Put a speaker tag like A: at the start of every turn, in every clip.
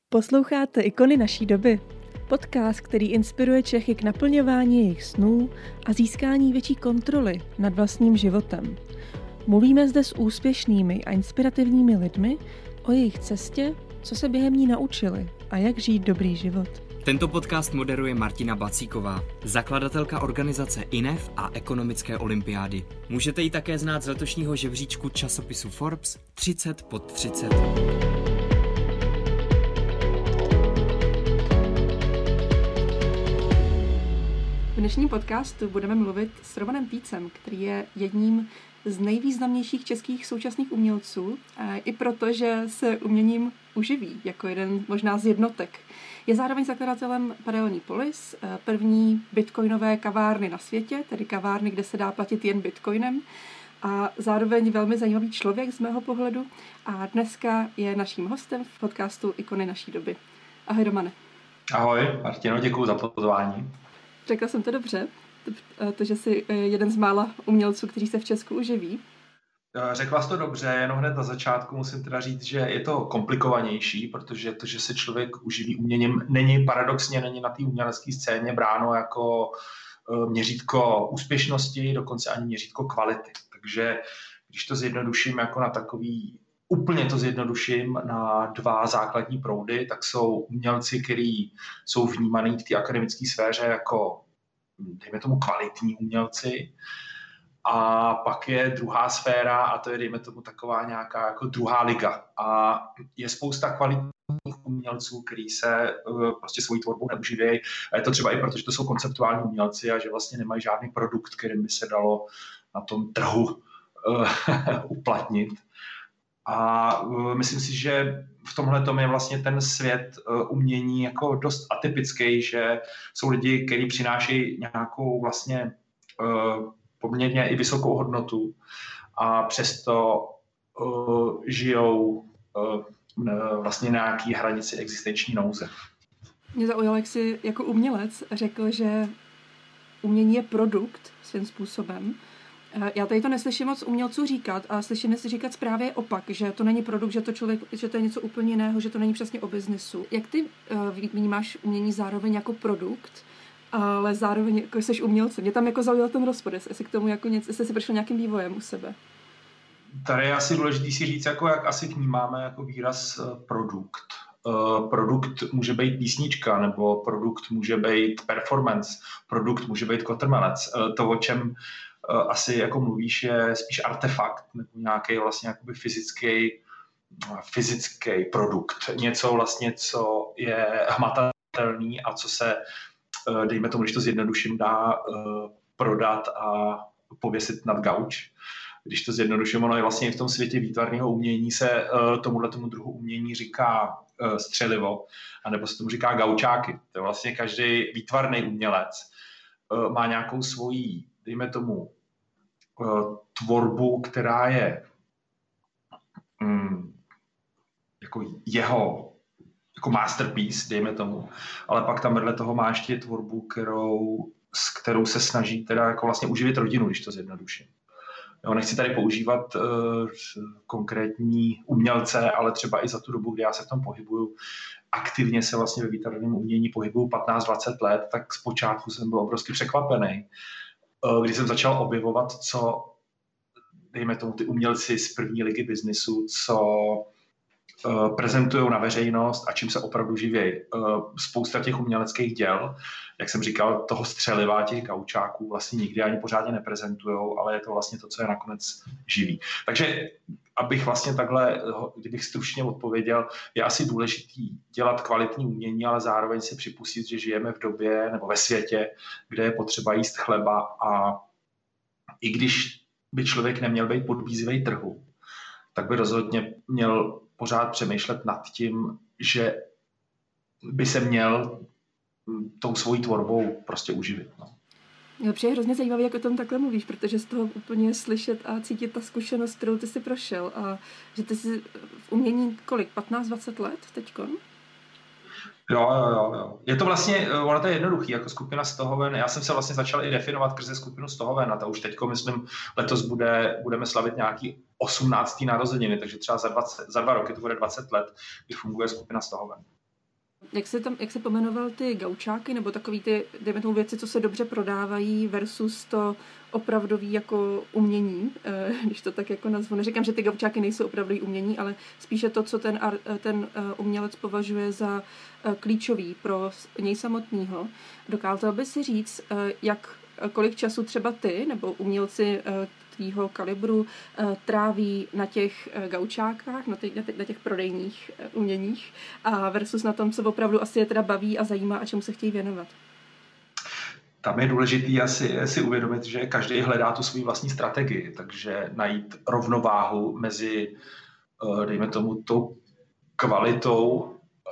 A: Posloucháte Ikony naší doby. Podcast, který inspiruje Čechy k naplňování jejich snů a získání větší kontroly nad vlastním životem. Mluvíme zde s úspěšnými a inspirativními lidmi o jejich cestě, co se během ní naučili a jak žít dobrý život.
B: Tento podcast moderuje Martina Bacíková, zakladatelka organizace INEF a ekonomické olympiády. Můžete ji také znát z letošního žebříčku časopisu Forbes 30 pod 30.
A: V dnešním podcastu budeme mluvit s Romanem Týcem, který je jedním z nejvýznamnějších českých současných umělců, i proto, že se uměním uživí jako jeden možná z jednotek. Je zároveň zakladatelem Paralelní Polis, první bitcoinové kavárny na světě, tedy kavárny, kde se dá platit jen bitcoinem, a zároveň velmi zajímavý člověk z mého pohledu. A dneska je naším hostem v podcastu Ikony naší doby. Ahoj, Romane.
C: Ahoj, Martino, děkuju za pozvání.
A: Řekla jsem to dobře, to, že jsi jeden z mála umělců, kteří se v Česku uživí.
C: Řekla jsi to dobře, jenom hned na začátku musím teda říct, že je to komplikovanější, protože to, že se člověk uživí uměním, není na té umělecké scéně bráno jako měřítko úspěšnosti, dokonce ani měřítko kvality. Takže když to zjednoduším jako na takový, úplně to zjednoduším na dva základní proudy, tak jsou umělci, kteří jsou vnímaný v té akademické sféře jako, dejme tomu, kvalitní umělci. A pak je druhá sféra a to je, dejme tomu, taková nějaká jako druhá liga. A je spousta kvalitních umělců, kteří se prostě svojí tvorbou neuživějí. A je to třeba i proto, že to jsou konceptuální umělci a že vlastně nemají žádný produkt, kterým by se dalo na tom trhu uplatnit. A myslím si, že v tomhle tom je vlastně ten svět umění jako dost atypický, že jsou lidi, kteří přinášejí nějakou vlastně poměrně i vysokou hodnotu a přesto žijou vlastně na nějaký hranici existenční nouze.
A: Mě zaujalo, jak jsi jako umělec řekl, že umění je produkt svým způsobem. Já tady to neslyším moc umělců říkat a slyším si říkat právě opak, že to není produkt, že to je něco úplně jiného, že to není přesně o biznesu. Jak ty vnímáš umění zároveň jako produkt, ale zároveň jako jsi umělcem? Mě tam jako zaujal ten rozpor, jestli k tomu jako něco, jestli jsi prošel nějakým vývojem u sebe.
C: Tady je asi důležitý si říct, jako jak asi vnímáme jako výraz produkt. Produkt může být písnička, nebo produkt může být performance, produkt může být kotrmelec. To, o čem asi jako mluvíš, je spíš artefakt, nebo nějaký vlastně jakoby fyzický produkt. Něco vlastně, co je hmatatelný a co se, dejme tomu, když to zjednoduším, dá prodat a pověsit nad gauč. Když to zjednoduším, ono je vlastně i v tom světě výtvarného umění se tomu druhu umění říká střelivo, anebo se tomu říká gaučáky. To je vlastně každý výtvarný umělec má nějakou svoji, dejme tomu, tvorbu, která je jako jeho jako masterpiece, dejme tomu, ale pak tam vedle toho má ještě tvorbu, s kterou se snaží teda jako vlastně uživit rodinu, když to zjednoduším. Jo, nechci tady používat konkrétní umělce, ale třeba i za tu dobu, kdy já se v tom pohybuju, aktivně se vlastně ve výtvarném umění pohybuju 15-20 let, tak zpočátku jsem byl obrovsky překvapený, když jsem začal objevovat, co, dejme tomu, ty umělci z první ligy biznisu, co prezentují na veřejnost a čím se opravdu živějí. Spousta těch uměleckých děl, jak jsem říkal, toho střeliva, těch gaučáků vlastně nikdy ani pořádně neprezentujou, ale je to vlastně to, co je nakonec živí. Takže abych vlastně takhle, kdybych stručně odpověděl, je asi důležitý dělat kvalitní umění, ale zároveň si připustit, že žijeme v době nebo ve světě, kde je potřeba jíst chleba a i když by člověk neměl být podbízivý trhu, tak by rozhodně měl pořád přemýšlet nad tím, že by se měl tou svojí tvorbou prostě uživit. No.
A: Mně přijde hrozně zajímavé, jak o tom takhle mluvíš, protože z toho úplně slyšet a cítit ta zkušenost, kterou ty jsi prošel a že ty jsi v umění kolik, 15-20 let teďkon?
C: Jo. Je to vlastně, ono to je jednoduchý, jako skupina Stohoven. Já jsem se vlastně začal i definovat skrze skupinu Stohoven a to už teďko, myslím, letos budeme slavit nějaký 18. narozeniny, takže třeba za 2 roky to bude 20 let, kdy funguje skupina Stohoven.
A: Jak se pomenoval ty gaučáky, nebo takový ty, dejme tomu, věci, co se dobře prodávají versus to opravdový jako umění, když to tak jako nazvu. Neříkám, že ty gaučáky nejsou opravdový umění, ale spíše to, co ten umělec považuje za klíčový pro něj samotného. Dokázal by si říct, kolik času třeba ty nebo umělci tvýho kalibru tráví na těch gaučákách, na těch prodejních uměních a versus na tom, co opravdu asi je teda baví a zajímá a čemu se chtějí věnovat?
C: Tam je důležité si uvědomit, že každý hledá tu svou vlastní strategii, takže najít rovnováhu mezi, dejme tomu, tou kvalitou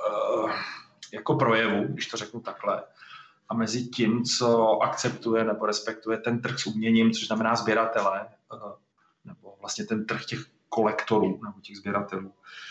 C: jako projevu, když to řeknu takhle, a mezi tím, co akceptuje nebo respektuje ten trh s uměním, což znamená sběratele, nebo vlastně ten trh těch kolektorů nebo těch sběratelů.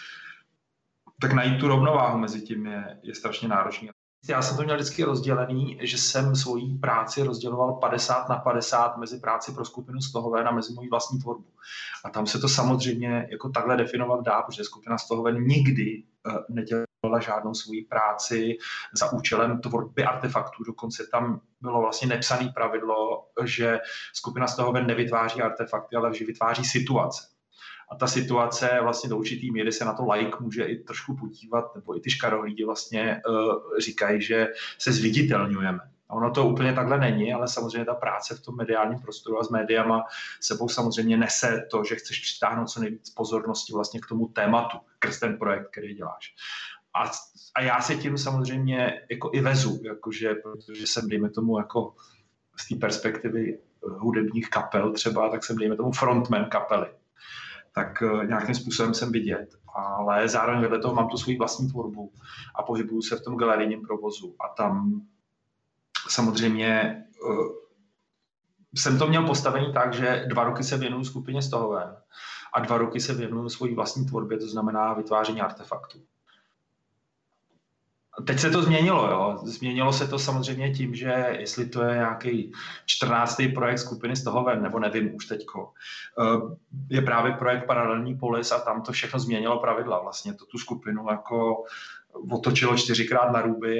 C: Tak najít tu rovnováhu mezi tím je strašně náročný. Já jsem to měl vždycky rozdělený, že jsem svoji práci rozděloval 50/50 mezi práci pro skupinu Stohoven a mezi mojí vlastní tvorbu. A tam se to samozřejmě jako takhle definovat dá, protože skupina Stohoven nikdy nedělala žádnou svoji práci za účelem tvorby artefaktů. Dokonce tam bylo vlastně nepsané pravidlo, že skupina Stohoven nevytváří artefakty, ale že vytváří situace. A ta situace vlastně do určitý míry se na to laik může i trošku podívat, nebo i ty škarohlídi vlastně říkají, že se zviditelňujeme. A ono to úplně takhle není, ale samozřejmě ta práce v tom mediálním prostoru a s médiama sebou samozřejmě nese to, že chceš přitáhnout co nejvíc pozornosti vlastně k tomu tématu, skrz ten projekt, který děláš. A já se tím samozřejmě jako i vezu, jakože, protože jsem, dejme tomu, jako z té perspektivy hudebních kapel třeba, tak jsem, dejme tomu, frontman kapely. Tak nějakým způsobem jsem vidět, ale zároveň vedle toho mám tu svou vlastní tvorbu a pohybuju se v tom galerijním provozu a tam samozřejmě jsem to měl postavený tak, že 2 roky se věnuju skupině Stohoven a 2 roky se věnuju svojí vlastní tvorbě, to znamená vytváření artefaktů. Teď se to změnilo, jo. Změnilo se to samozřejmě tím, že jestli to je nějaký 14. projekt skupiny Stohoven, nebo nevím už teďko, je právě projekt Paralelní polis a tam to všechno změnilo pravidla. Vlastně to tu skupinu jako otočilo 4krát na ruby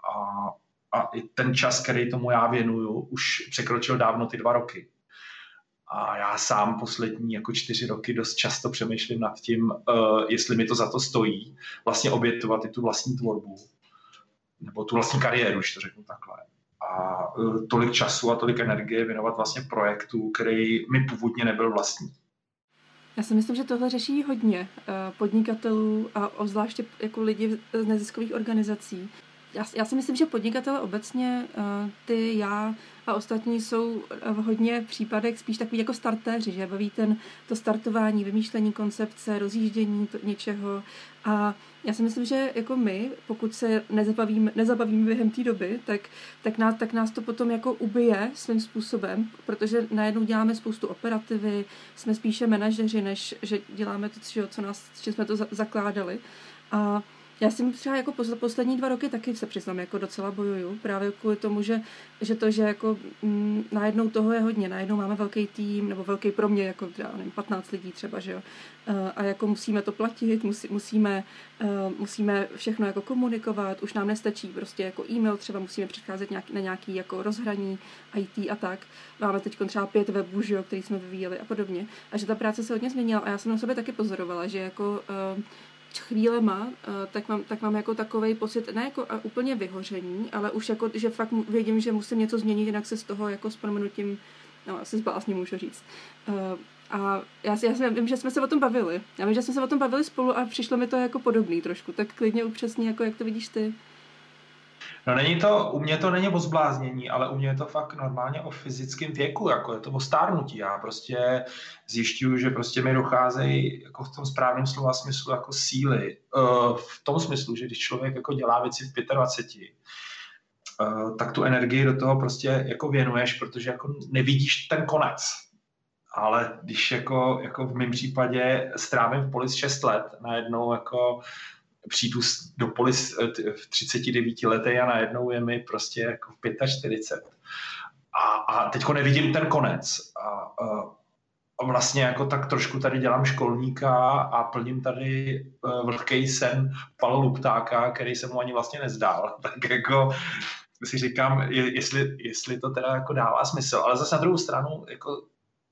C: a i ten čas, který tomu já věnuju, už překročil dávno ty 2 roky. A já sám poslední jako 4 roky dost často přemýšlím nad tím, jestli mi to za to stojí, vlastně obětovat i tu vlastní tvorbu, nebo tu vlastní kariéru, když to řeknu takhle. A tolik času a tolik energie věnovat vlastně projektu, který mi původně nebyl vlastní.
A: Já si myslím, že tohle řeší hodně podnikatelů a obzvláště jako lidi z neziskových organizací. Já si myslím, že podnikatelé obecně, ty, já a ostatní jsou v hodně případech spíš takový jako startéři, že baví to startování, vymýšlení koncepce, rozjíždění něčeho. A já si myslím, že jako my, pokud se nezabavíme během té doby, tak nás to potom jako ubije svým způsobem, protože najednou děláme spoustu operativy, jsme spíše manažeři, než že děláme to, čím jsme to zakládali. A já si třeba jako poslední 2 roky taky se přiznám, jako docela bojuju, právě kvůli tomu, že jako najednou toho je hodně, najednou máme velký tým, nebo velký pro mě, jako třeba, nevím, 15 lidí třeba, že jo, a jako musíme to platit, musíme všechno jako komunikovat, už nám nestačí prostě jako e-mail, třeba musíme přicházet na nějaký jako rozhraní IT a tak. Máme teď třeba 5 webů, že jo, který jsme vyvíjeli a podobně. A že ta práce se hodně změnila a já jsem na sobě taky pozorovala, že jako chvílema, tak mám jako takovej pocit, ne jako úplně vyhoření, ale už jako, že fakt vědím, že musím něco změnit, jinak se z toho jako s prominutím, no asi zblázním můžu říct. A já vím, že jsme se o tom bavili. Já vím, že jsme se o tom bavili spolu a přišlo mi to jako podobný trošku, tak klidně upřesni, jako jak to vidíš ty.
C: No u mě to není o zbláznění, ale u mě je to fakt normálně o fyzickém věku, jako je to o stárnutí. Já prostě zjišťuju, že prostě mi docházejí jako v tom správném slova smyslu jako síly. V tom smyslu, že když člověk jako dělá věci v 25, tak tu energii do toho prostě jako věnuješ, protože jako nevidíš ten konec. Ale když jako v mém případě strávím v Polis 6 let, najednou jako přijdu do Polis v 39 letech a najednou je mi prostě jako v 45. A teďko nevidím ten konec. vlastně jako tak trošku tady dělám školníka a plním tady vlhkej sen Pavla Luptáka, který se mu ani vlastně nezdál. Tak jako si říkám, jestli to teda jako dává smysl. Ale zase na druhou stranu jako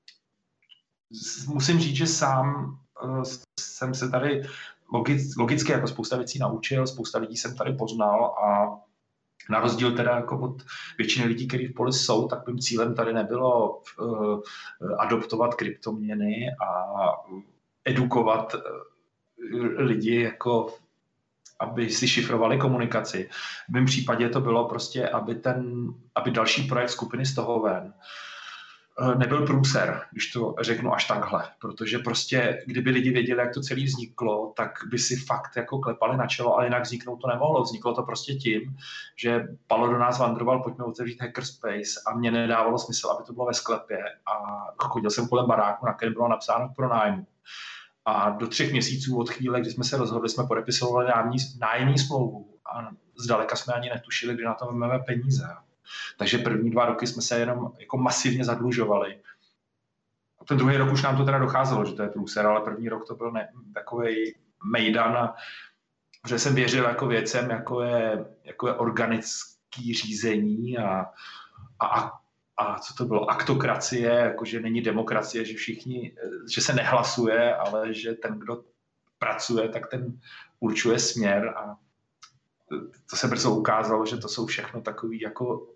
C: musím říct, že sám jsem se tady logicky jako spousta věcí naučil, spousta lidí jsem tady poznal a na rozdíl teda jako od většiny lidí, kteří v poli jsou, tak mým cílem tady nebylo adoptovat kryptoměny a edukovat lidi, jako aby si šifrovali komunikaci. V mém případě to bylo prostě, aby další projekt skupiny z toho ven nebyl průser, když to řeknu až takhle, protože prostě, kdyby lidi věděli, jak to celé vzniklo, tak by si fakt jako klepali na čelo, ale jinak vzniknout to nemohlo. Vzniklo to prostě tím, že Palo do nás vandroval, pojďme otevřít hackerspace a mně nedávalo smysl, aby to bylo ve sklepě a chodil jsem kolem baráku, na kterém bylo napsáno k pronájmu. A do 3 měsíců od chvíle, kdy jsme se rozhodli, jsme podepisovali nájemní smlouvu a zdaleka jsme ani netušili, kdy na to máme peníze. Takže první 2 roky jsme se jenom jako masivně zadlužovali. A ten druhý rok už nám to teda docházelo, že to je průser, ale první rok to byl takovej mejdan, že jsem věřil jako věcem, jako je organický řízení a co to bylo, aktokracie, jakože není demokracie, že se nehlasuje, ale že ten, kdo pracuje, tak ten určuje směr a to se brzo ukázalo, že to jsou všechno takové jako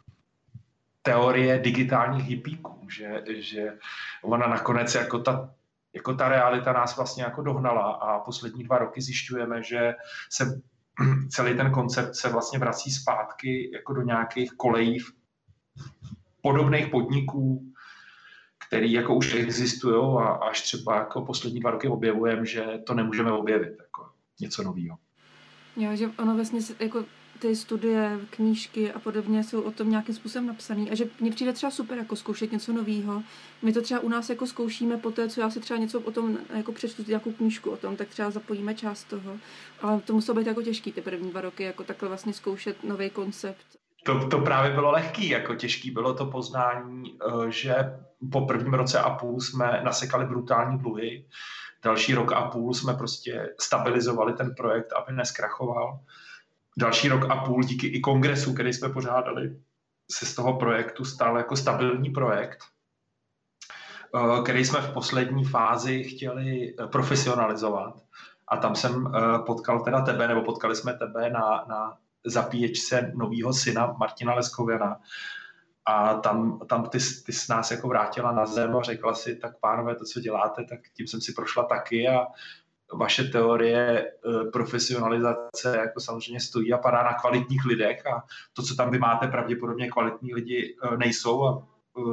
C: teorie digitálních hippíků, že ona nakonec jako ta realita nás vlastně jako dohnala a poslední 2 roky zjišťujeme, že se celý ten koncept se vlastně vrací zpátky jako do nějakých kolejí podobných podniků, který jako už existují a až třeba jako poslední 2 roky objevujeme, že to nemůžeme objevit, jako něco nového.
A: Jo, že ono vlastně jako ty studie, knížky a podobně jsou o tom nějakým způsobem napsaný a že mně přijde třeba super jako zkoušet něco nového. My to třeba u nás jako zkoušíme po té, co já si třeba něco o tom jako přečtu nějakou knížku o tom, tak třeba zapojíme část toho. Ale to muselo být jako těžký ty první 2 roky, jako takhle vlastně zkoušet nový koncept.
C: To právě bylo lehký, jako těžký bylo to poznání, že po 1. roce a půl jsme nasekali brutální dluhy. Další 1.5 roku jsme prostě stabilizovali ten projekt, aby neskrachoval. Další 1.5 roku díky i kongresu, který jsme pořádali, se z toho projektu stal jako stabilní projekt, který jsme v poslední fázi chtěli profesionalizovat. A tam jsem potkali jsme tebe na zapíječce novýho syna Martina Leskověna. A tam ty s nás jako vrátila na zem a řekla si, tak pánové, to, co děláte, tak tím jsem si prošla taky a vaše teorie profesionalizace jako samozřejmě stojí a padá na kvalitních lidech a to, co tam vy máte, pravděpodobně kvalitní lidi nejsou a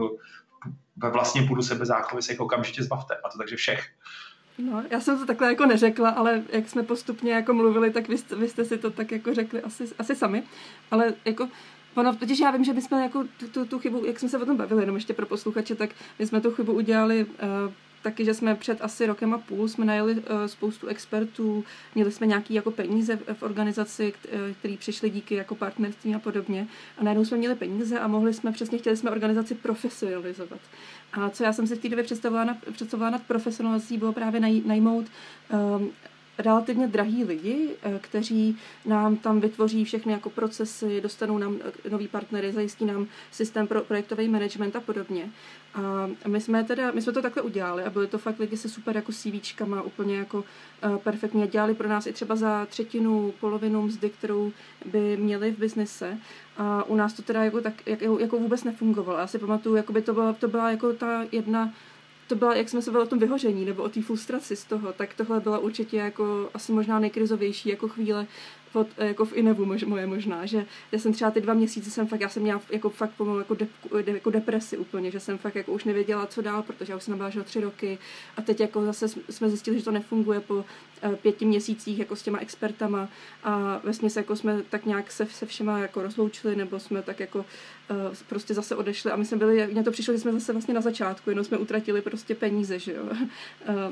C: ve vlastním půdu sebezáchovy se jich okamžitě zbavte. A to takže všech.
A: No, já jsem to takhle jako neřekla, ale jak jsme postupně jako mluvili, tak vy jste si to tak jako řekli asi sami, ale jako ono, totiž já vím, že my jsme jako tu chybu, jak jsme se o tom bavili, jenom ještě pro posluchače, tak my jsme tu chybu udělali taky, že jsme před asi 1.5 roku jsme najeli spoustu expertů, měli jsme nějaký jako peníze v organizaci, který přišli díky jako partnerství a podobně. A najednou jsme měli peníze a chtěli jsme organizaci profesionalizovat. A co já jsem si v té době představovala nad profesionalizací, bylo právě najmout relativně drahý lidi, kteří nám tam vytvoří všechny jako procesy, dostanou nám nový partnery, zajistí nám systém pro projektový management a podobně. A my jsme to takhle udělali a byli to fakt lidi se super jako CVčkama, úplně jako perfektně. Dělali pro nás i třeba za 1/3, polovinu mzdy, kterou by měli v biznise. A u nás to teda jako vůbec nefungovalo. Já si pamatuju, jakoby to byla jako ta jedna. To byla, jak jsme se bavili o tom vyhoření nebo o té frustraci z toho, tak tohle byla určitě jako asi možná nejkrizovější jako chvíle jako v Inevu moje možná, že já jsem třeba ty 2 měsíce já jsem měla jako fakt pomalu jako depresi úplně, že jsem fakt jako už nevěděla, co dál, protože já už jsem nabážela 3 roky a teď jako zase jsme zjistili, že to nefunguje po 5 měsících jako s těma expertama a vlastně jako jsme tak nějak se všema jako rozloučili nebo jsme tak jako prostě zase odešli a mně to přišlo, že jsme zase vlastně na začátku, jenom jsme utratili prostě peníze, že jo.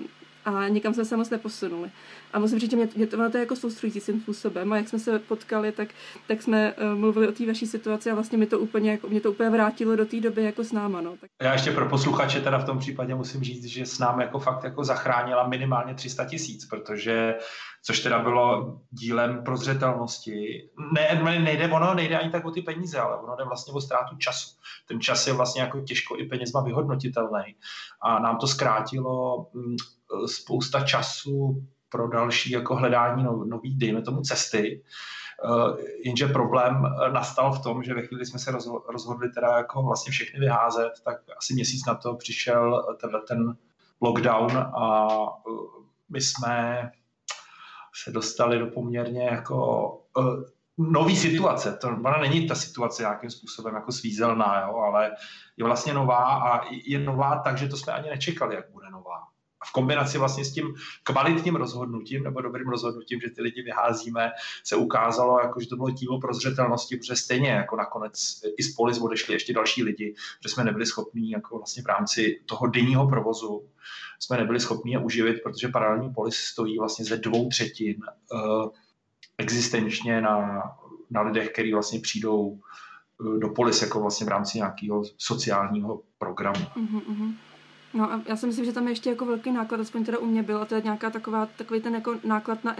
A: a nikam jsme se moc neposunuli. A musím říct, že mě to je jako soustrující svým způsobem a jak jsme se potkali, tak jsme mluvili o té vaší situaci a vlastně mě to úplně vrátilo do té doby jako s náma. No.
C: Já ještě pro posluchače teda v tom případě musím říct, že s námi jako fakt jako zachránila minimálně 300 000, protože což teda bylo dílem prozřetelnosti. Nejde ani tak o ty peníze, ale ono jde vlastně o ztrátu času. Ten čas je vlastně jako těžko i penězma vyhodnotitelný a nám to zkrátilo spousta času pro další jako hledání nový, dejme tomu, cesty. Jenže problém nastal v tom, že ve chvíli jsme se rozhodli teda jako vlastně všechny vyházet, tak asi měsíc na to přišel ten lockdown a my jsme se dostali do poměrně jako nový situace. Ona není ta situace nějakým způsobem jako svízelná, jo, ale je vlastně nová a je nová tak, že to jsme ani nečekali, jak bude nová. A v kombinaci vlastně s tím kvalitním rozhodnutím nebo dobrým rozhodnutím, že ty lidi vyházíme, se ukázalo, jako, že to bylo dílo prozřetelnosti, protože stejně jako nakonec i z Polis odešli ještě další lidi, že jsme nebyli schopní jako vlastně v rámci toho denního provozu jsme nebyli schopni je uživit, protože paralelní Polis stojí vlastně ze 2/3 existenčně na lidech, kteří vlastně přijdou do Polis jako vlastně v rámci nějakého sociálního programu.
A: No a já si myslím, že tam je ještě jako velký náklad, aspoň teda u mě byl, a to je nějaká takový ten jako náklad na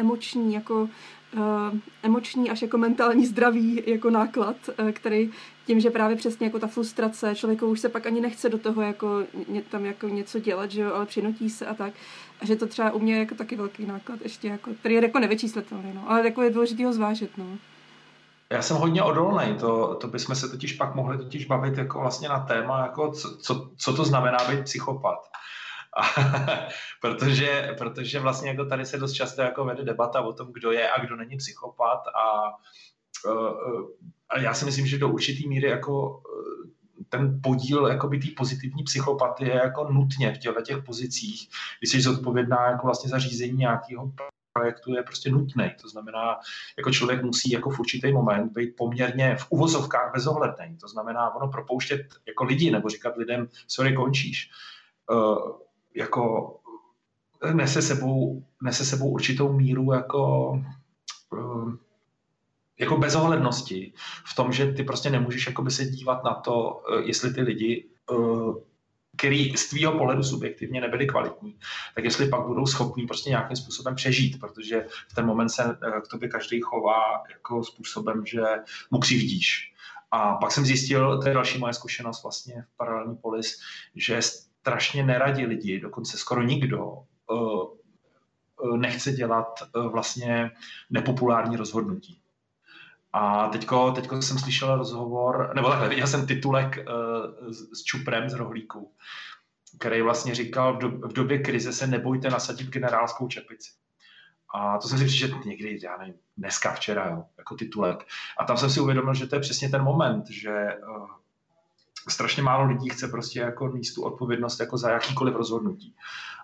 A: emoční až jako mentální zdraví jako náklad, který tím, že právě přesně jako ta frustrace, člověku už se pak ani nechce do toho jako tam jako něco dělat, že jo, ale přinutí se a tak. A že to třeba u mě je jako taky velký náklad ještě jako, který je jako nevyčíslitelný, no, ale jako je důležitý ho zvážit, no. Já
C: jsem hodně odolný, to bychom se totiž pak mohli bavit jako vlastně na téma, jako co to znamená být psychopat. protože vlastně jako tady se dost často jako vede debata o tom, kdo je a kdo není psychopat a já si myslím, že do určitý míry jako ten podíl jakoby té pozitivní psychopatie je jako nutně v těch pozicích, když jsi zodpovědná jako vlastně za řízení nějakého projektu, je prostě nutný. To znamená, jako člověk musí jako v určitý moment být poměrně v uvozovkách bezohledný. To znamená, ono propouštět jako lidi nebo říkat lidem, sorry, končíš. Jako nese sebou určitou míru jako bezohlednosti v tom, že ty prostě nemůžeš jakoby se dívat na to, jestli ty lidi, který z tvýho pohledu subjektivně nebyli kvalitní, tak jestli pak budou schopní prostě nějakým způsobem přežít, protože v ten moment se k tobě každý chová jako způsobem, že mu křivdíš. A pak jsem zjistil, to je další moje zkušenost vlastně v paralelní Polis, že strašně neradi lidi, dokonce skoro nikdo nechce dělat vlastně nepopulární rozhodnutí. A teďko jsem slyšel rozhovor, nebo takhle, viděl jsem titulek s Čuprem z Rohlíku, který vlastně říkal, v době krize se nebojte nasadit generálskou čepici. A to jsem si přečetl někdy, já nevím, dneska, včera, jo, jako titulek. A tam jsem si uvědomil, že to je přesně ten moment, že strašně málo lidí chce prostě jako níst tu odpovědnost jako za jakýkoliv rozhodnutí.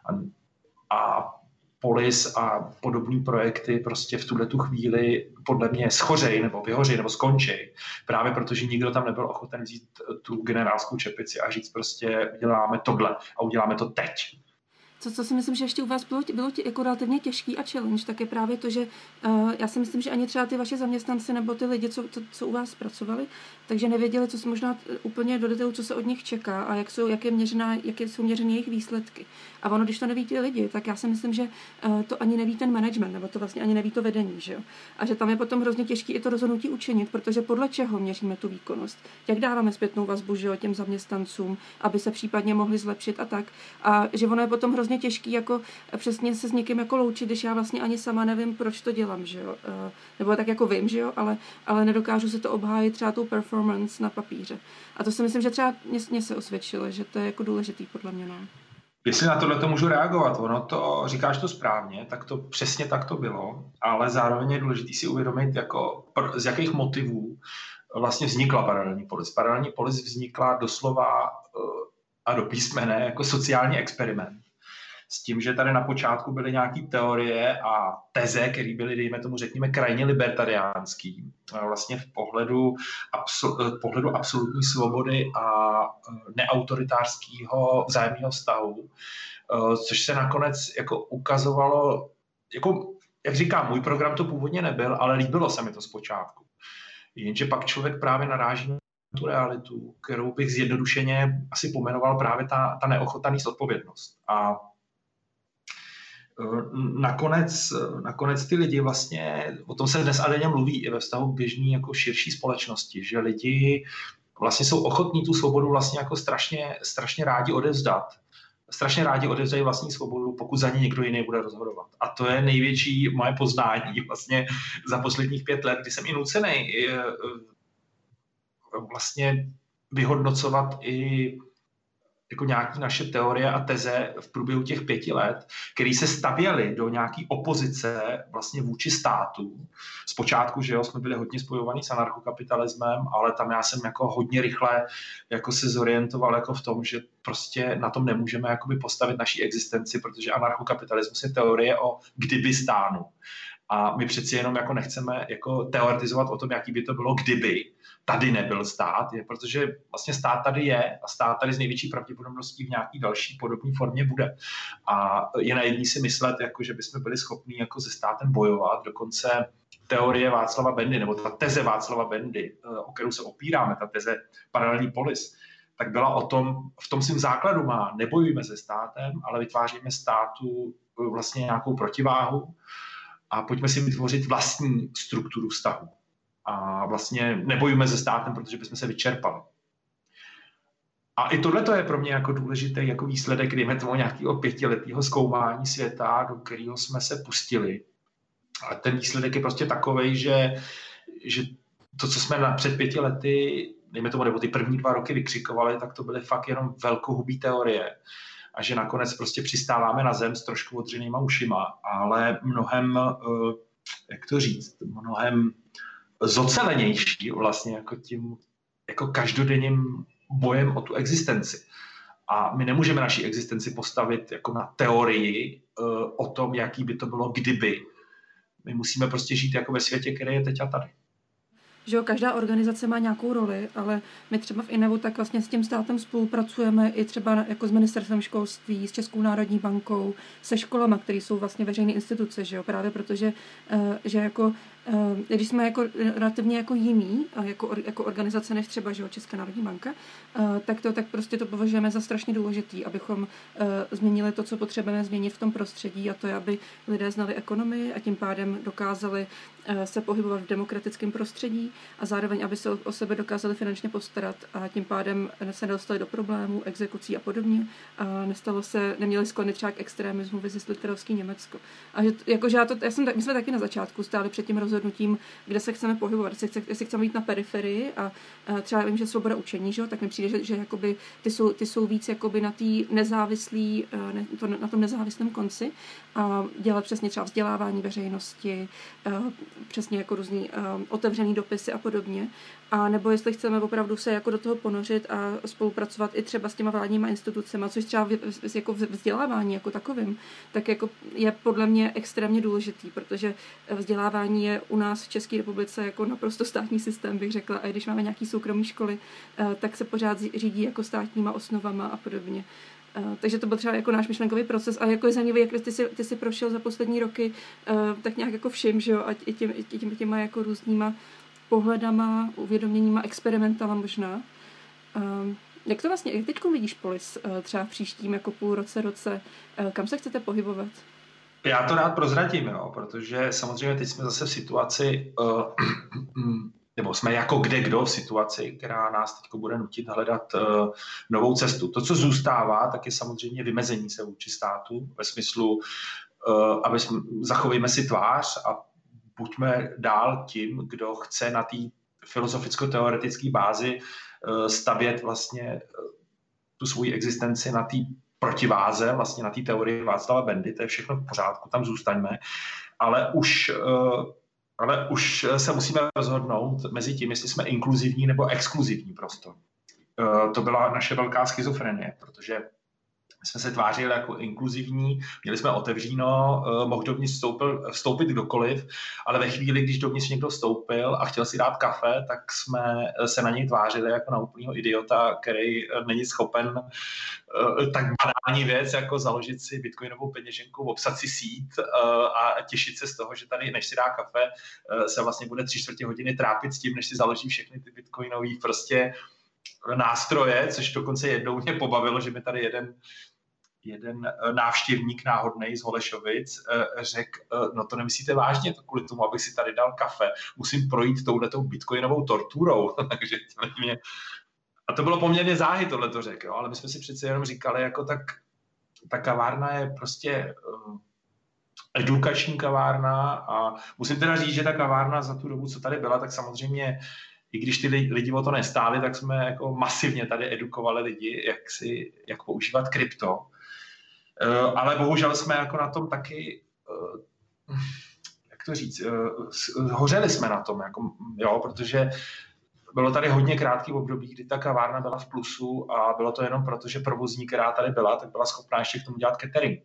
C: A Polis a podobné projekty prostě v tuhletu chvíli podle mě schořej nebo vyhořej nebo skončej. Právě protože nikdo tam nebyl ochoten vzít tu generálskou čepici a říct prostě uděláme tohle a uděláme to teď.
A: Co si myslím, že ještě u vás bylo jako relativně těžký a challenge, tak je právě to, že já si myslím, že ani třeba ty vaši zaměstnanci nebo ty lidi, co u vás pracovali, takže nevěděli, co se možná úplně do detailu, co se od nich čeká a jak jsou měřeny jejich výsledky. A ono, když to neví ty lidi, tak já si myslím, že to ani neví ten management, nebo to vlastně ani neví to vedení, že jo? A že tam je potom hrozně těžké i to rozhodnutí učinit, protože podle čeho měříme tu výkonnost, jak dáváme zpětnou vazbu, že jo, těm zaměstnancům, aby se případně mohli zlepšit a tak. A že ono je potom hrozně těžký jako přesně se s někým jako loučit, když já vlastně ani sama nevím, proč to dělám, že jo? Nebo tak jako vím, že jo, ale nedokážu se to obhájit třeba tou performance na papíře. A to si myslím, že třeba mě se osvědčilo, že to je jako důležitý podle mě, no.
C: Jestli na tohle to můžu reagovat, ono to, říkáš to správně, tak to přesně tak to bylo, ale zároveň je důležité si uvědomit, jako, z jakých motivů vlastně vznikla paralelní Polis. Paralelní Polis vznikla doslova a do písmene jako sociální experiment s tím, že tady na počátku byly nějaké teorie a teze, které byly, dejme tomu, řekněme, krajně libertariánský, vlastně v pohledu absolutní svobody a neautoritářského vzájemného vztahu, což se nakonec jako ukazovalo, jako, jak říkám, můj program to původně nebyl, ale líbilo se mi to zpočátku. Jenže pak člověk právě naráží na tu realitu, kterou bych zjednodušeně asi pomenoval právě ta neochota nést odpovědnost. A nakonec ty lidi vlastně, o tom se dnes a denně mluví i ve vztahu k běžný jako širší společnosti, že lidi vlastně jsou ochotní tu svobodu vlastně jako strašně rádi odevzdat. Strašně rádi odevzdají vlastní svobodu, pokud za ní někdo jiný bude rozhodovat. A to je největší moje poznání vlastně za posledních 5 let, kdy jsem i nucený vlastně vyhodnocovat i jako nějaké naše teorie a teze v průběhu těch 5 let, které se stavěly do nějaké opozice vlastně vůči státu. Zpočátku, že jo, jsme byli hodně spojovaní s anarchokapitalismem, ale tam já jsem jako hodně rychle jako se zorientoval jako v tom, že prostě na tom nemůžeme jakoby postavit naší existenci, protože anarchokapitalismus je teorie o kdybystánu. A my přeci jenom jako nechceme jako teoretizovat o tom, jaký by to bylo, kdyby tady nebyl stát, protože vlastně stát tady je a stát tady z největší pravděpodobností v nějaký další podobné formě bude. A je naivní si myslet, jako, že bychom byli schopni jako se státem bojovat. Dokonce teorie Václava Bendy, nebo ta teze Václava Bendy, o kterou se opíráme, ta teze paralelní polis, tak byla o tom, v tom svým základu má, nebojujeme se státem, ale vytváříme státu vlastně nějakou protiváhu a pojďme si vytvořit vlastní strukturu vztahu. A vlastně nebojujeme se státem, protože bychom se vyčerpali. A i tohle je pro mě jako důležitý jako výsledek, dejme tomu nějakého 5letého zkoumání světa, do kterého jsme se pustili. A ten výsledek je prostě takovej, že to, co jsme před 5 lety, dejme tomu, nebo ty první 2 roky vykřikovali, tak to byly fakt jenom velkohubý teorie. A že nakonec prostě přistáváme na zem s trošku odřenýma ušima, ale mnohem, jak to říct, mnohem zocelenější vlastně jako tím jako každodenním bojem o tu existenci. A my nemůžeme naši existenci postavit jako na teorii o tom, jaký by to bylo kdyby. My musíme prostě žít jako ve světě, který je teď a tady.
A: Že jo, každá organizace má nějakou roli, ale my třeba v INEVu tak vlastně s tím státem spolupracujeme i třeba jako s ministerstvem školství, s Českou národní bankou, se školama, které jsou vlastně veřejné instituce, že jo, právě protože, že jako když jsme jako relativně jako jiný, jako organizace než třeba, že jo, Česká národní banka, tak prostě to považujeme za strašně důležitý, abychom změnili to, co potřebujeme změnit v tom prostředí, a to je, aby lidé znali ekonomii a tím pádem dokázali se pohybovat v demokratickém prostředí a zároveň, aby se o sebe dokázali finančně postarat a tím pádem se nedostali do problémů, exekucí a podobně a neměli sklony třeba k extremismu vizistliterovský Německo. A že, jakože my jsme taky na začátku stáli před tím rozhodnutím, kde se chceme pohybovat, jestli chceme jít na periferii a třeba vím, že svoboda učení, že? Tak mi přijde, že jakoby ty jsou víc jakoby na té nezávislý, na tom nezávislém konci a dělat přesně třeba vzdělávání veřejnosti, přesně jako různý otevřený dopisy a podobně. A nebo jestli chceme opravdu se jako do toho ponořit a spolupracovat i třeba s těma vládníma institucemi, což třeba jako vzdělávání jako takovým, tak jako je podle mě extrémně důležitý, protože vzdělávání je u nás v České republice jako naprosto státní systém, bych řekla, a když máme nějaký soukromé školy, tak se pořád řídí jako státníma osnovama a podobně. Takže to byl třeba jako náš myšlenkový proces a jako je zajímavý, jak ty jsi prošel za poslední roky tak nějak jako všim, že jo, a těma jako různýma pohledama, uvědoměníma, experimentama možná. Jak to vlastně, jak teď vidíš Polis třeba v příštím jako roce, kam se chcete pohybovat?
C: Já to rád prozradím, jo, protože samozřejmě teď jsme zase v situaci, nebo jsme jako kdo v situaci, která nás teď bude nutit hledat novou cestu. To, co zůstává, tak je samozřejmě vymezení se vůči státu ve smyslu, aby zachovejme si tvář a buďme dál tím, kdo chce na té filozoficko-teoretické bázi stavět vlastně tu svoji existenci na té protiváze, vlastně na té teorii Václava Bendy, to je všechno v pořádku, tam zůstaňme, ale už se musíme rozhodnout mezi tím, jestli jsme inkluzivní nebo exkluzivní prostor. To byla naše velká schizofrenie, protože jsme se tvářili jako inkluzivní, měli jsme otevříno, mohl dovnitř vstoupit kdokoliv, ale ve chvíli, když dovnitř někdo vstoupil a chtěl si dát kafe, tak jsme se na něj tvářili jako na úplného idiota, který není schopen tak banální věc, jako založit si bitcoinovou peněženku, obsat si síť a těšit se z toho, že tady, než si dá kafe, se vlastně bude 3/4 hodiny trápit s tím, než si založí všechny ty bitcoinový prostě nástroje, což dokonce jednou mě pobavilo, že mi tady jeden návštěvník náhodnej z Holešovic řekl, no to nemyslíte vážně, to kvůli tomu, abych si tady dal kafe, musím projít touhletou bitcoinovou torturou. Takže mě... A to bylo poměrně záhy, tohle to řekl, jo? Ale my jsme si přece jenom říkali, jako tak ta kavárna je prostě edukační kavárna a musím teda říct, že ta kavárna za tu dobu, co tady byla, tak samozřejmě i když ty lidi o to nestáli, tak jsme jako masivně tady edukovali lidi, jak používat krypto. Ale bohužel jsme jako na tom taky, jak to říct, hořeli jsme na tom, jako, jo, protože bylo tady hodně krátký období, kdy ta kavárna byla v plusu a bylo to jenom proto, že provozní, která tady byla, tak byla schopná ještě k tomu dělat catering.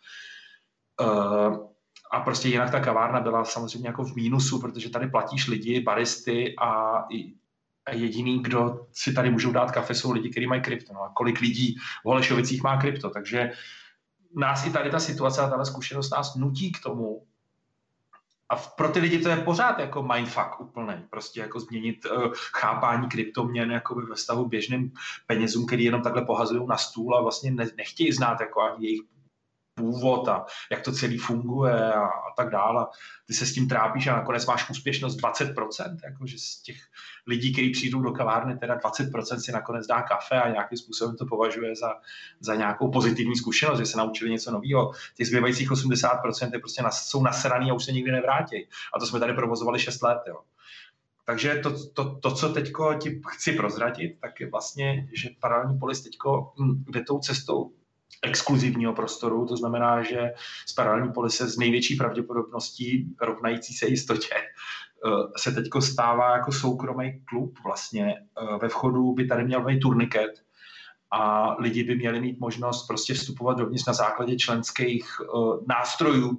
C: A prostě jinak ta kavárna byla samozřejmě jako v mínusu, protože tady platíš lidi, baristy a jediný, kdo si tady můžou dát kafe, jsou lidi, kteří mají krypto. No a kolik lidí v Holešovicích má krypto. Takže nás i tady ta situace a tato zkušenost nás nutí k tomu. A pro ty lidi to je pořád jako mindfuck úplný. Prostě jako změnit chápání kryptoměn jako ve vztahu běžným penězům, který jenom takhle pohazují na stůl a vlastně nechtějí znát jako ani jejich původ a jak to celý funguje a tak dále. Ty se s tím trápíš a nakonec máš úspěšnost 20%, jakože z těch lidí, kteří přijdou do kavárny, teda 20% si nakonec dá kafe a nějakým způsobem to považuje za nějakou pozitivní zkušenost, že se naučili něco nového. Těch zbývajících 80% je prostě jsou nasraný a už se nikdy nevrátí. A to jsme tady provozovali 6 let. Jo. Takže to, co teďko ti chci prozradit, tak je vlastně, že Paralelní polis teďko jde tou cestou exkluzivního prostoru, to znamená, že z Paralelní polise s největší pravděpodobností rovnající se jistotě se teďko stává jako soukromý klub vlastně. Ve vchodu by tady měl být turniket a lidi by měli mít možnost prostě vstupovat dovnitř na základě členských nástrojů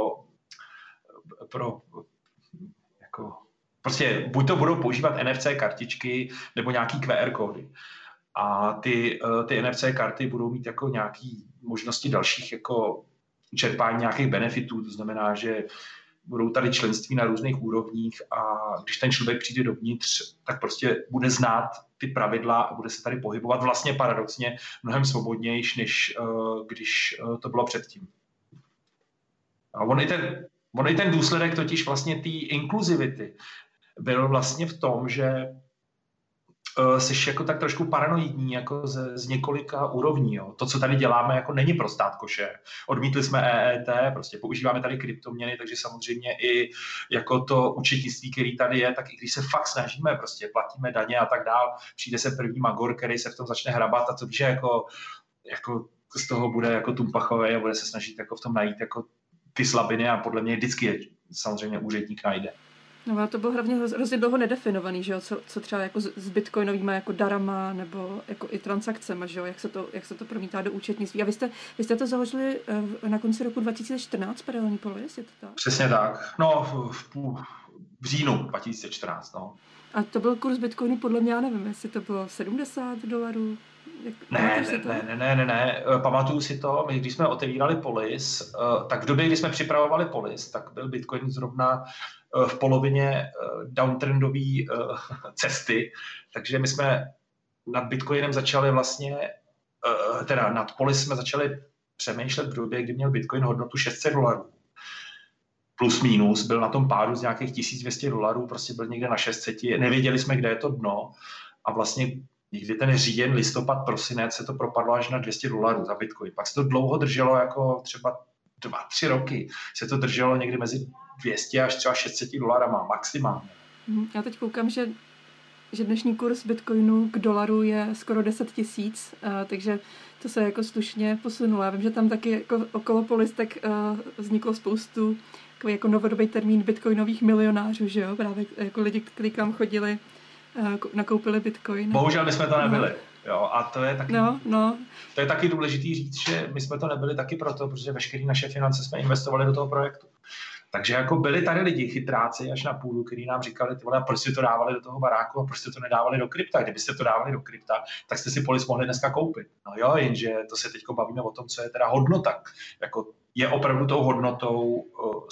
C: pro jako prostě buď to budou používat NFC kartičky nebo nějaký QR kódy. A ty NFC karty budou mít jako nějaký možnosti dalších jako čerpání nějakých benefitů, to znamená, že budou tady členství na různých úrovních a když ten člověk přijde dovnitř, tak prostě bude znát ty pravidla a bude se tady pohybovat vlastně paradoxně mnohem svobodnější, než když to bylo předtím. A on i ten důsledek totiž vlastně té inkluzivity byl vlastně v tom, že jsi jako tak trošku paranoidní jako z několika úrovní. Jo. To, co tady děláme, jako není pro stát košer. Odmítli jsme EET, prostě používáme tady kryptoměny, takže samozřejmě i jako to účetnictví, který tady je, tak i když se fakt snažíme, prostě platíme daně a tak dál, přijde se první magor, který se v tom začne hrabat a to víš, jako z toho bude jako tumpachovej a bude se snažit jako v tom najít jako ty slabiny a podle mě vždycky je samozřejmě úředník najde.
A: No ale to bylo hlavně hrozně dlouho nedefinovaný, že jo? Co třeba jako s bitcoinovýma jako darama nebo jako i transakcemi, že jo? Jak se to promítá do účetnictví. A vy jste to založili na konci roku 2014, Paralelní polis, je to tak?
C: Přesně tak. No, v říjnu 2014, no.
A: A to byl kurz bitcoinu podle mě, já nevím, jestli to bylo $70.
C: Ne. Pamatuju si to, my když jsme otevírali polis, tak v době, kdy jsme připravovali polis, tak byl bitcoin zrovna v polovině downtrendové cesty, takže my jsme nad bitcoinem začali vlastně, teda nad polis jsme začali přemýšlet v době, kdy měl bitcoin hodnotu $600. Plus minus, byl na tom pádu z nějakých $1200, prostě byl někde na 600, nevěděli jsme, kde je to dno a vlastně někdy ten říjen, listopad, prosinec se to propadlo až na $200 za bitcoin. Pak se to dlouho drželo jako třeba 2-3 roky. Se to drželo někdy mezi 200 až třeba $600 maximálně.
A: Já teď koukám, že dnešní kurz bitcoinu k dolaru je skoro 10 000, takže to se jako slušně posunulo. Já vím, že tam taky jako okolo polis tak vzniklo spoustu jako novodobý termín bitcoinových milionářů, že jo? Právě jako lidi, kteří kam chodili, nakoupili bitcoin.
C: Bohužel my jsme to nebyli. Jo, a to je taky, to je taky důležitý říct, že my jsme to nebyli taky proto, protože veškeré naše finance jsme investovali do toho projektu. Takže jako byli tady lidi, chytráci až na půdu, kteří nám říkali, proč jste to dávali do toho baráku a proč jste to nedávali do krypta. Kdybyste to dávali do krypta, tak jste si Polis mohli dneska koupit. No jo, jenže to se teď bavíme o tom, co je teda hodnota. Jako je opravdu tou hodnotou,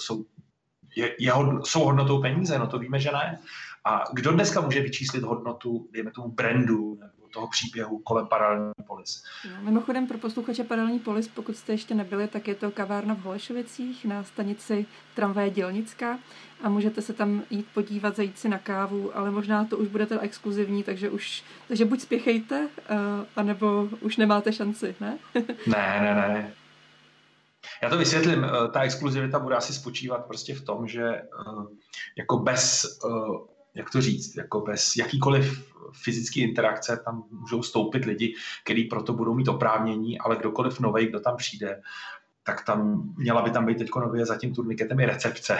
C: jsou hodnotou peníze, no to víme, že ne. A kdo dneska může vyčíslit hodnotu, dejme tomu brandu, nebo toho příběhu kolem Paralelní Polis?
A: No, mimochodem pro posluchače Paralelní Polis, pokud jste ještě nebyli, tak je to kavárna v Holešovicích na stanici tramvaje Dělnická a můžete se tam jít podívat, zajít si na kávu, ale možná to už bude teda exkluzivní, takže buď spěchejte, anebo už nemáte šanci, ne?
C: Ne. Já to vysvětlím. Ta exkluzivita bude asi spočívat prostě v tom, že jako bez, jak to říct, jako bez jakýkoliv fyzické interakce tam můžou stoupit lidi, kteří proto budou mít oprávnění, ale kdokoliv novej, kdo tam přijde, tak tam měla by tam být teďko nově za tím turniketem i recepce.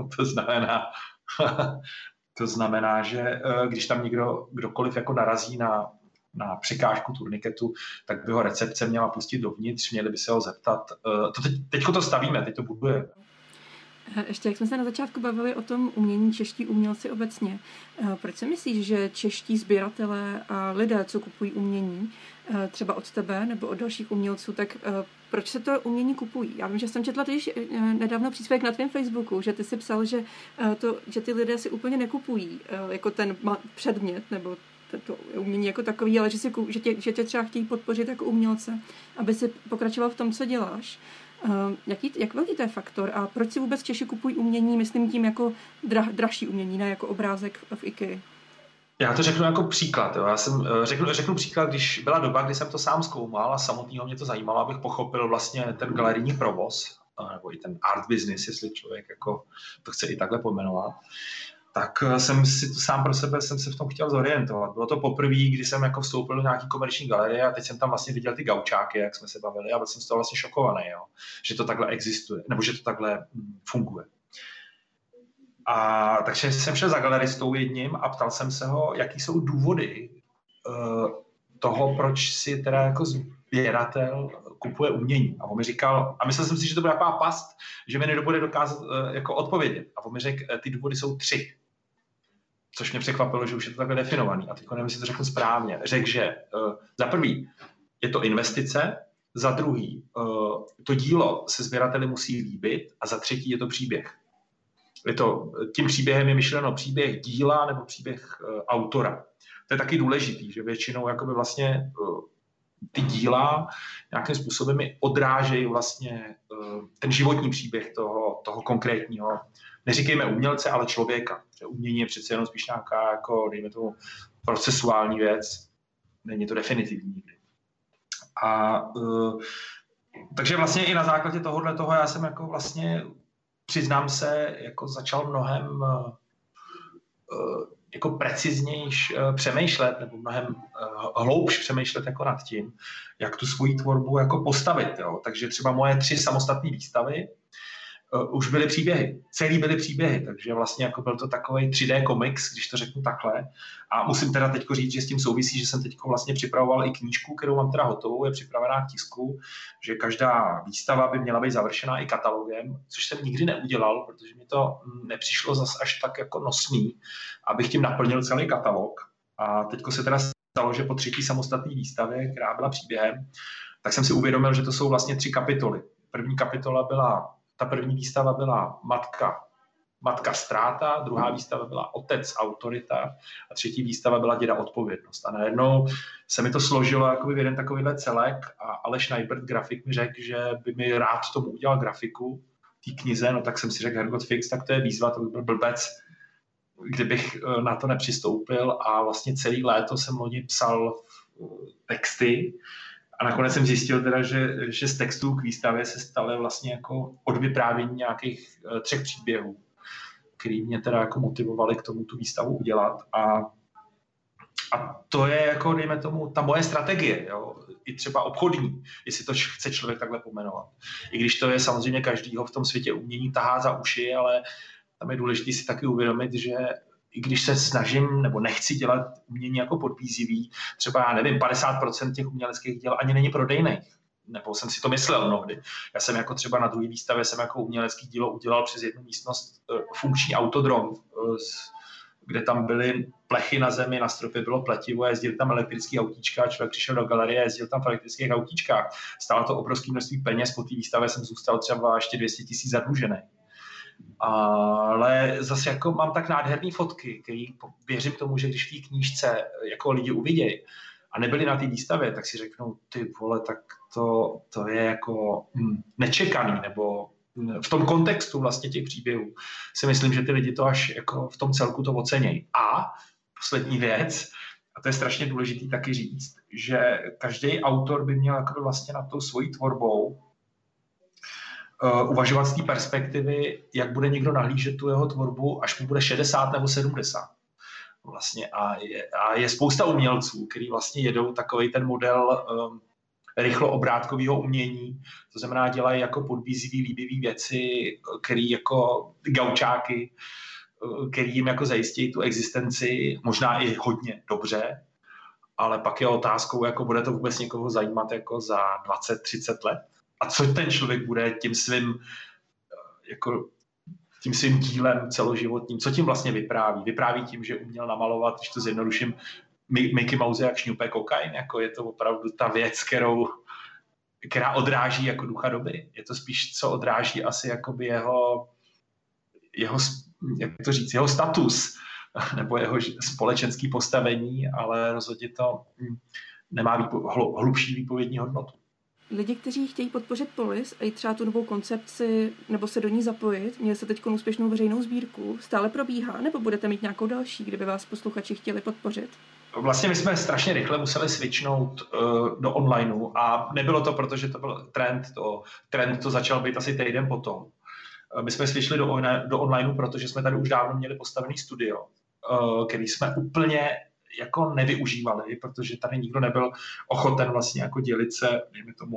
C: To znamená, že když tam kdokoliv jako narazí na překážku turniketu, tak by ho recepce měla pustit dovnitř, měli by se ho zeptat. Teďko to stavíme, teď to budujeme.
A: Ještě jak jsme se na začátku bavili o tom umění čeští umělci obecně, proč si myslíš, že čeští sběratelé a lidé, co kupují umění, třeba od tebe nebo od dalších umělců, tak proč se to umění kupují? Já vím, že jsem četla teď nedávno příspěvek na tvém Facebooku, že ty si psal, že ty lidé si úplně nekupují jako ten předmět nebo to umění jako takový, ale že tě třeba chtějí podpořit jako umělce, aby si pokračoval v tom, co děláš. Jak velký to je faktor a proč si vůbec Češi kupují umění, myslím tím jako dražší umění, ne jako obrázek v IKEA?
C: Já to řeknu jako příklad. Jo. Já jsem řeknu příklad, když byla doba, kdy jsem to sám zkoumal a samotného mě to zajímalo, abych pochopil vlastně ten galerijní provoz, nebo i ten art business, jestli člověk jako to chce i takhle pojmenovat, tak jsem si to sám pro sebe jsem se v tom chtěl zorientovat. Bylo to poprvé, kdy jsem jako vstoupil do nějaký komerční galerie a teď jsem tam vlastně viděl ty gaučáky, jak jsme se bavili, a byl jsem z toho vlastně šokovaný, jo, že to takhle existuje, nebo že to takhle funguje. A takže jsem šel za galeristou jedním a ptal jsem se ho, jaký jsou důvody toho, proč si teda jako sběratel kupuje umění. A on mi říkal, a myslel jsem si, že to bude taková past, že mi nebude dokázat jako odpovědět. A on mi řekl, ty důvody jsou 3. Což mě překvapilo, že už je to takhle definovaný. A teď nevím, jestli to řekl správně. Řekl, že za prvý je to investice, za druhý to dílo se sběrateli musí líbit a za třetí je to příběh. Tím příběhem je myšleno příběh díla nebo příběh autora. To je taky důležitý, že většinou jakoby vlastně ty díla nějakým způsobem odrážejí vlastně ten životní příběh toho konkrétního, neříkejme umělce, ale člověka. Že umění je přece jenom spíš nějaká, jako, dejme tomu, procesuální věc. Není to definitivní nikdy. A takže vlastně i na základě toho já jsem jako vlastně, přiznám se, jako začal mnohem jako preciznějš přemýšlet, nebo mnohem hloubš přemýšlet jako nad tím, jak tu svoji tvorbu jako postavit. Jo. Takže třeba moje 3 samostatné výstavy už byly příběhy. Celý byly příběhy, takže vlastně jako byl to takový 3D komiks, když to řeknu takhle. A musím teda teďko říct, že s tím souvisí, že jsem teďko vlastně připravoval i knížku, kterou mám teda hotovou, je připravená k tisku, že každá výstava by měla být završená i katalogem, což jsem nikdy neudělal, protože mi to nepřišlo zas až tak jako nosný, abych tím naplnil celý katalog. A teďko se teda stalo, že po 3. samostatné výstavě, která byla příběhem, tak jsem si uvědomil, že to jsou vlastně 3 kapitoly. Ta první výstava byla matka ztráta, druhá výstava byla otec autorita a třetí výstava byla děda odpovědnost. A najednou se mi to složilo jakoby v jeden takovýhle celek a Aleš Najbert, grafik, mi řekl, že by mi rád tomu udělal grafiku té knize, no tak jsem si řekl, Hergot fix, tak to je výzva, to by byl blbec, kdybych na to nepřistoupil a vlastně celý léto jsem loni psal texty. A nakonec jsem zjistil teda, že z textů k výstavě se staly vlastně jako odvyprávění nějakých 3 příběhů, který mě teda jako motivovali k tomu tu výstavu udělat. A to je jako, dejme tomu, ta moje strategie, jo? I třeba obchodní, jestli to chce člověk takhle pomenovat. I když to je samozřejmě každýho v tom světě umění tahá za uši, ale tam je důležité si taky uvědomit, že i když se snažím nebo nechci dělat umění jako podpízivý, třeba já nevím, 50% těch uměleckých děl ani není prodejných. Nebo jsem si to myslel mnohdy. Já jsem jako třeba na druhé výstavě jsem jako umělecký dílo udělal přes jednu místnost funkční autodrom, kde tam byly plechy na zemi, na stropě bylo pletivo a jezdili tam elektrický autíčka a člověk přišel do galerie a jezdil tam v elektrických autíčkách. Stálo to obrovské množství peněz, po té výstavě jsem zůstal třeba ještě 200 000 zadlužený. Ale zase jako mám tak nádherné fotky, který věřím tomu, že když v té knížce jako lidi uvidějí a nebyli na té výstavě, tak si řeknou, ty vole, tak to je jako nečekaný, nebo v tom kontextu vlastně těch příběhů si myslím, že ty lidi to až jako v tom celku to ocenějí. A poslední věc, a to je strašně důležitý taky říct, že každý autor by měl jako vlastně nad tou svojí tvorbou uvažovat z té perspektivy, jak bude někdo nahlížet tu jeho tvorbu, až mu bude 60 nebo 70. Vlastně a je spousta umělců, kteří vlastně jedou takovej ten model rychloobrátkového umění, to znamená dělají jako podbízivý, líbivý věci, který jako gaučáky, který jim jako zajistí tu existenci, možná i hodně dobře, ale pak je otázkou, jako bude to vůbec někoho zajímat jako za 20-30 let. A co ten člověk bude tím svým dílem celoživotním, co tím vlastně vypráví? Vypráví tím, že uměl namalovat, když to zjednoduším, Mickey Mouse jak šňupe kokain, jako je to opravdu ta věc, která odráží jako ducha doby. Je to spíš, co odráží asi jakoby jeho jak to říct, jeho status nebo jeho společenský postavení, ale rozhodně to nemá hlubší výpovědní hodnotu.
A: Lidi, kteří chtějí podpořit Polis a i třeba tu novou koncepci nebo se do ní zapojit, měli se teď úspěšnou veřejnou sbírku, stále probíhá, nebo budete mít nějakou další, kdyby vás posluchači chtěli podpořit?
C: Vlastně my jsme strašně rychle museli switchnout do onlineu a nebylo to, protože to byl trend to začal být asi týden potom. My jsme switchli do onlineu, protože jsme tady už dávno měli postavený studio, který jsme úplně jako nevyužívali, protože tady nikdo nebyl ochoten vlastně jako dělit se, dejme tomu,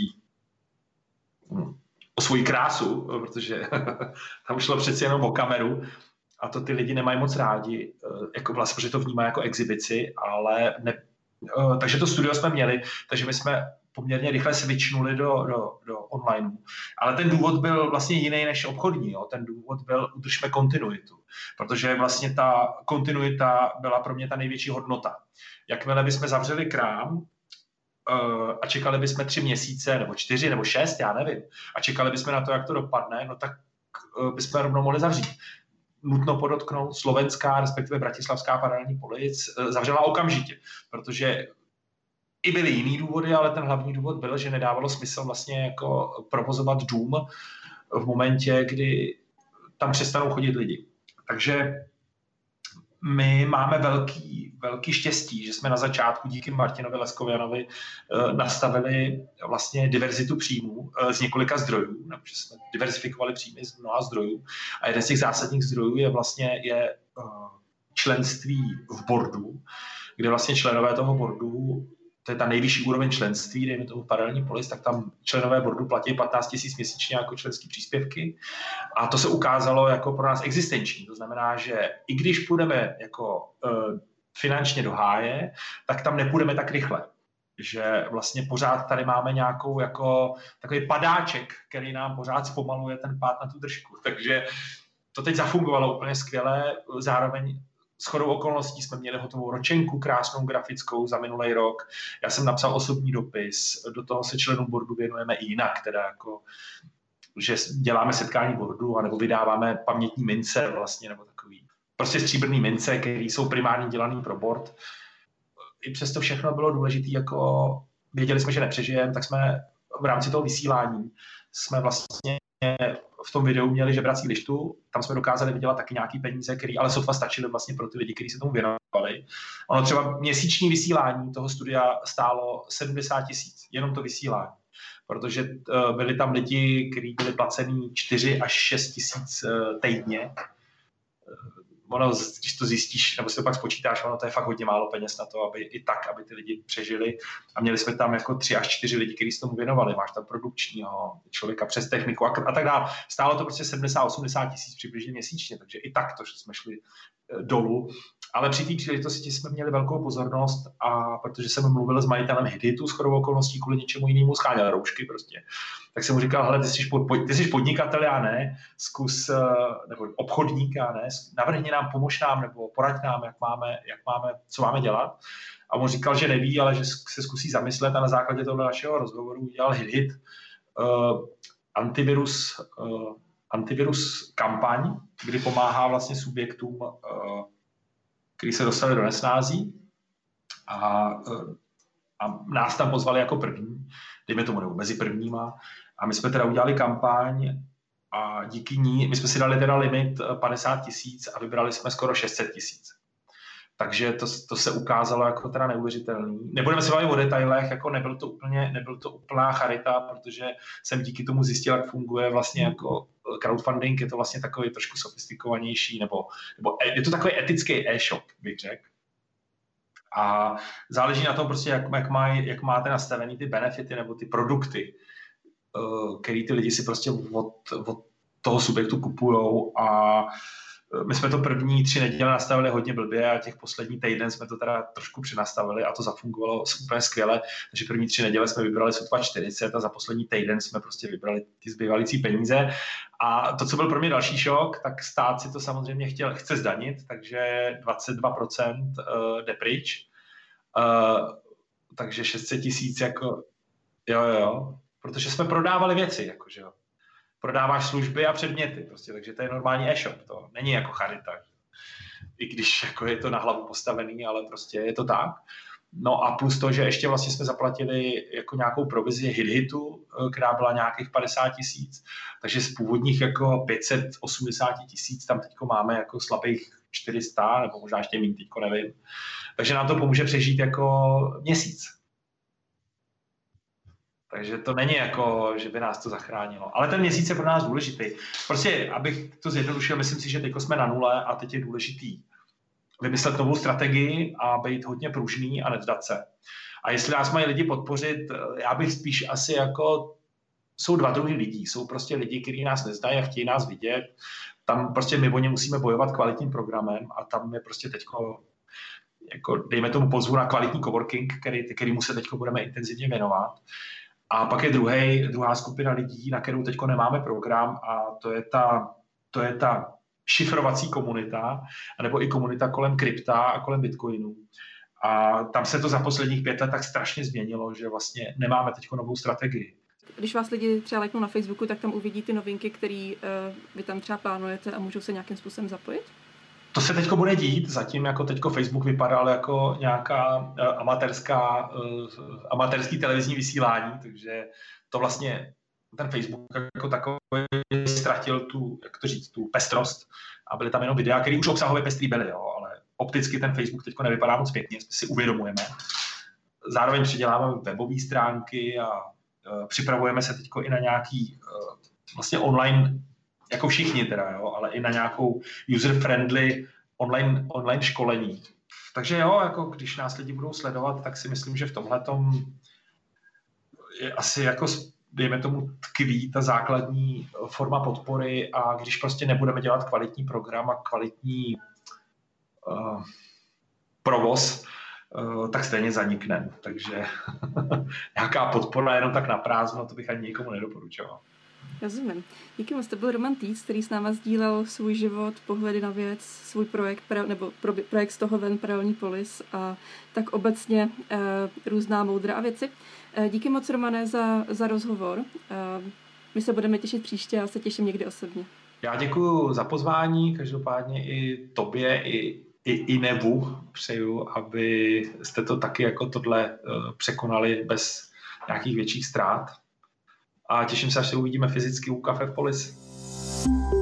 C: o svoji krásu, protože tam šlo přeci jenom o kameru a to ty lidi nemají moc rádi, jako vlastně, protože to vnímají jako exibici, ale ne, takže to studio jsme měli, takže my jsme poměrně rychle switchnuli do onlineu. Ale ten důvod byl vlastně jiný než obchodní. Jo? Ten důvod byl, udržme kontinuitu. Protože vlastně ta kontinuita byla pro mě ta největší hodnota. Jakmile bychom zavřeli krám a čekali bychom 3 měsíce, nebo 4, nebo 6, já nevím, a čekali bychom na to, jak to dopadne, no tak bychom rovnou mohli zavřít. Nutno podotknout, slovenská, respektive bratislavská paralelní polic zavřela okamžitě, protože i byly jiný důvody, ale ten hlavní důvod byl, že nedávalo smysl vlastně jako provozovat dům v momentě, kdy tam přestanou chodit lidi. Takže my máme velký štěstí, že jsme na začátku díky Martinovi Leskovianovi nastavili vlastně diverzitu příjmů z několika zdrojů, nebo že jsme diversifikovali příjmy z mnoha zdrojů. A jeden z těch zásadních zdrojů je vlastně členství v boardu, kde vlastně členové toho boardu, to je ta nejvyšší úroveň členství, dejme tomu paralelní polis, tak tam členové boardu platí 15 000 měsíčně jako členský příspěvky. A to se ukázalo jako pro nás existenční. To znamená, že i když půjdeme jako finančně do háje, tak tam nepůjdeme tak rychle. Že vlastně pořád tady máme nějakou jako takový padáček, který nám pořád zpomaluje ten pád na tu držku. Takže to teď zafungovalo úplně skvěle. Zároveň shodou okolností jsme měli hotovou ročenku, krásnou grafickou za minulý rok. Já jsem napsal osobní dopis, do toho se členům boardu věnujeme i jinak, teda jako, že děláme setkání boardu, anebo vydáváme pamětní mince vlastně, nebo takový. Prostě stříbrný mince, které jsou primárně dělaný pro board. I přesto všechno bylo důležité, jako věděli jsme, že nepřežijeme, tak jsme v rámci toho vysílání jsme vlastně v tom videu měli žebrací lištu, tam jsme dokázali vydělat taky nějaký peníze, které ale sotva stačily vlastně pro ty lidi, kteří se tomu věnovali. Ono třeba měsíční vysílání toho studia stálo 70 000, jenom to vysílání, protože byli tam lidi, kteří byli placený 4 až 6 tisíc týdně, ono, když to zjistíš, nebo si to pak spočítáš, ono to je fakt hodně málo peněz na to, aby ty lidi přežili. A měli jsme tam jako 3 až 4 lidi, kteří se tomu věnovali. Máš tam produkčního člověka přes techniku a tak dále. Stálo to prostě 70-80 tisíc přibližně měsíčně, takže i tak to jsme šli dolů. Ale při té příležitosti jsme měli velkou pozornost a protože jsem mluvil s majitelem Hitu shodou okolností kvůli něčemu jinému, scháněl roušky prostě. Tak jsem mu říkal, hele, ty jsi podnikatel, já ne, zkus, nebo obchodník, já ne, navrhni nám, pomož nám, nebo poraď nám, co máme dělat. A on říkal, že neví, ale že se zkusí zamyslet a na základě tohle našeho rozhovoru udělal Hit antivirus kampaň, kdy pomáhá vlastně subjektům, který se dostali do nesnází a nás tam pozvali jako první, dejme tomu, nebo mezi prvníma. A my jsme teda udělali kampaň a díky ní, my jsme si dali teda limit 50 tisíc a vybrali jsme skoro 600 tisíc. Takže to se ukázalo jako teda neuvěřitelný. Nebudeme se bavit o detailech, jako nebyl to úplná charita, protože jsem díky tomu zjistil, jak funguje vlastně jako crowdfunding, je to vlastně takový trošku sofistikovanější, nebo je to takový etický e-shop, bych řekl. A záleží na tom prostě, jak máte nastavený ty benefity nebo ty produkty, který ty lidi si prostě od toho subjektu kupujou a my jsme to první 3 neděle nastavili hodně blbě a těch poslední týden jsme to teda trošku přenastavili a to zafungovalo úplně skvěle. Takže první 3 neděle jsme vybrali sotva 40 a za poslední týden jsme prostě vybrali ty zbývající peníze. A to, co byl pro mě další šok, tak stát si to samozřejmě chce zdanit, takže 22% jde pryč. Takže 600 tisíc jako jo, protože jsme prodávali věci, jakože jo. Prodáváš služby a předměty, prostě, takže to je normální e-shop, to není jako charita. I když jako je to na hlavu postavený, ale prostě je to tak. No a plus to, že ještě vlastně jsme zaplatili jako nějakou provizi Hitu, která byla nějakých 50 tisíc, takže z původních jako 580 tisíc tam teďko máme jako slabých 400, nebo možná ještě méně, teďko nevím. Takže nám to pomůže přežít jako měsíc. Takže to není jako, že by nás to zachránilo. Ale ten měsíc je pro nás důležitý. Prostě, abych to zjednodušil, myslím si, že teď jsme na nule a teď je důležitý vymyslet novou strategii a být hodně pružný a nevzdat se. A jestli nás mají lidi podpořit, já bych spíš asi jako, jsou 2 druhy lidí. Jsou prostě lidi, kteří nás neznají a chtějí nás vidět. Tam prostě my o ně musíme bojovat kvalitním programem a tam je prostě teďko, jako dejme tomu pozvu na kvalitní coworking, kterýmu se teďko budeme intenzivně věnovat. A pak je druhá skupina lidí, na kterou teďko nemáme program a to je ta šifrovací komunita, anebo i komunita kolem krypta a kolem bitcoinu. A tam se to za posledních 5 let tak strašně změnilo, že vlastně nemáme teďko novou strategii.
A: Když vás lidi třeba lajknou na Facebooku, tak tam uvidí ty novinky, které vy tam třeba plánujete a můžou se nějakým způsobem zapojit?
C: To se teďko bude dít, zatím jako teďko Facebook vypadal jako nějaká amatérský televizní vysílání, takže to vlastně ten Facebook jako takový ztratil tu pestrost a byly tam jenom videa, které už obsahově pestrý byly, jo, ale opticky ten Facebook teďko nevypadá moc pěkně, si uvědomujeme. Zároveň předěláváme webové stránky a připravujeme se teďko i na nějaký vlastně online, jako všichni teda, jo, ale i na nějakou user-friendly online školení. Takže jo, jako když nás lidi budou sledovat, tak si myslím, že v tomhletom je asi jako, dejme tomu, tkví ta základní forma podpory a když prostě nebudeme dělat kvalitní program a kvalitní provoz, tak stejně zanikneme. Takže nějaká podpora jenom tak na prázdno, to bych ani nikomu nedoporučoval.
A: Rozumím. Díky moc, to byl Roman Týc, který s náma sdílel svůj život, pohledy na věc, svůj projekt, nebo projekt z toho ven, Paralelní polis a tak obecně různá moudra věci. Díky moc, Romane, za rozhovor. My se budeme těšit příště a se těším někdy osobně. Já
C: děkuji za pozvání, každopádně i tobě, i Nevu přeju, aby jste to taky jako tohle překonali bez nějakých větších ztrát. A těším se, až se uvidíme fyzicky u Kafe v Polis.